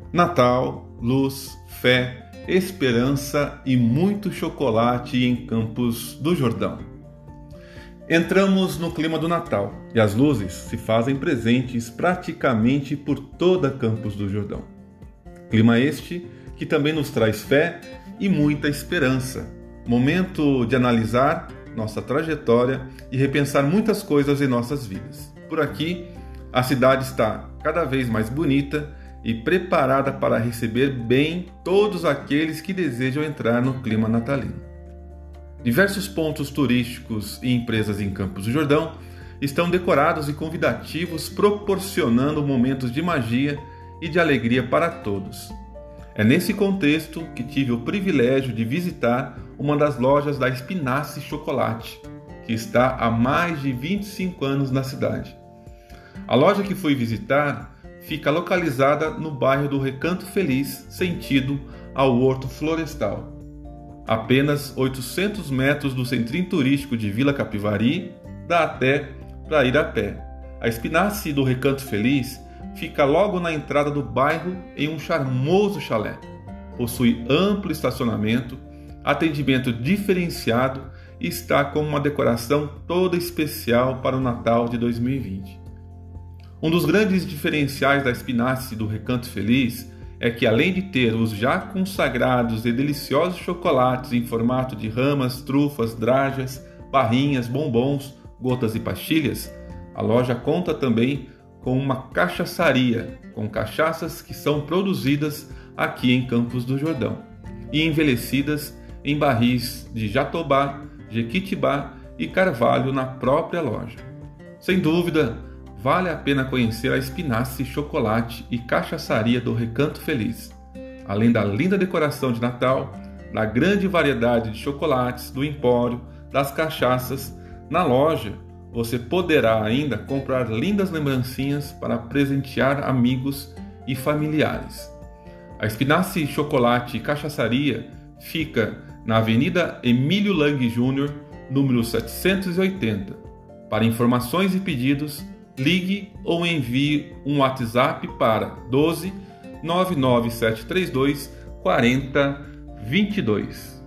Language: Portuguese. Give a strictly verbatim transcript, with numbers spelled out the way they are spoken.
Natal, luz, fé, esperança e muito chocolate em Campos do Jordão. Entramos no clima do Natal e as luzes se fazem presentes praticamente por toda Campos do Jordão. Clima este que também nos traz fé e muita esperança. Momento de analisar nossa trajetória e repensar muitas coisas em nossas vidas. Por aqui, a cidade está cada vez mais bonita e preparada para receber bem todos aqueles que desejam entrar no clima natalino. Diversos pontos turísticos e empresas em Campos do Jordão estão decorados e convidativos, proporcionando momentos de magia e de alegria para todos. É nesse contexto que tive o privilégio de visitar uma das lojas da Espinasse Chocolate, que está há mais de vinte e cinco anos na cidade. A loja que fui visitar fica localizada no bairro do Recanto Feliz, sentido ao Horto Florestal. Apenas oitocentos metros do centrinho turístico de Vila Capivari, dá até para ir a pé. A Espinasse do Recanto Feliz fica logo na entrada do bairro em um charmoso chalé. Possui amplo estacionamento, atendimento diferenciado e está com uma decoração toda especial para o Natal de dois mil e vinte. Um dos grandes diferenciais da Espinasse do Recanto Feliz é que, além de ter os já consagrados e deliciosos chocolates em formato de ramas, trufas, drajas, barrinhas, bombons, gotas e pastilhas, a loja conta também com uma cachaçaria, com cachaças que são produzidas aqui em Campos do Jordão e envelhecidas em barris de jatobá, jequitibá e carvalho na própria loja. Sem dúvida, vale a pena conhecer a Espinasse Chocolate e Cachaçaria do Recanto Feliz. Além da linda decoração de Natal, da grande variedade de chocolates, do empório, das cachaças, na loja você poderá ainda comprar lindas lembrancinhas para presentear amigos e familiares. A Espinasse Chocolate e Cachaçaria fica na Avenida Emílio Lang Júnior, número setecentos e oitenta. Para informações e pedidos, ligue ou envie um WhatsApp para doze nove nove sete três dois quatro zero dois dois.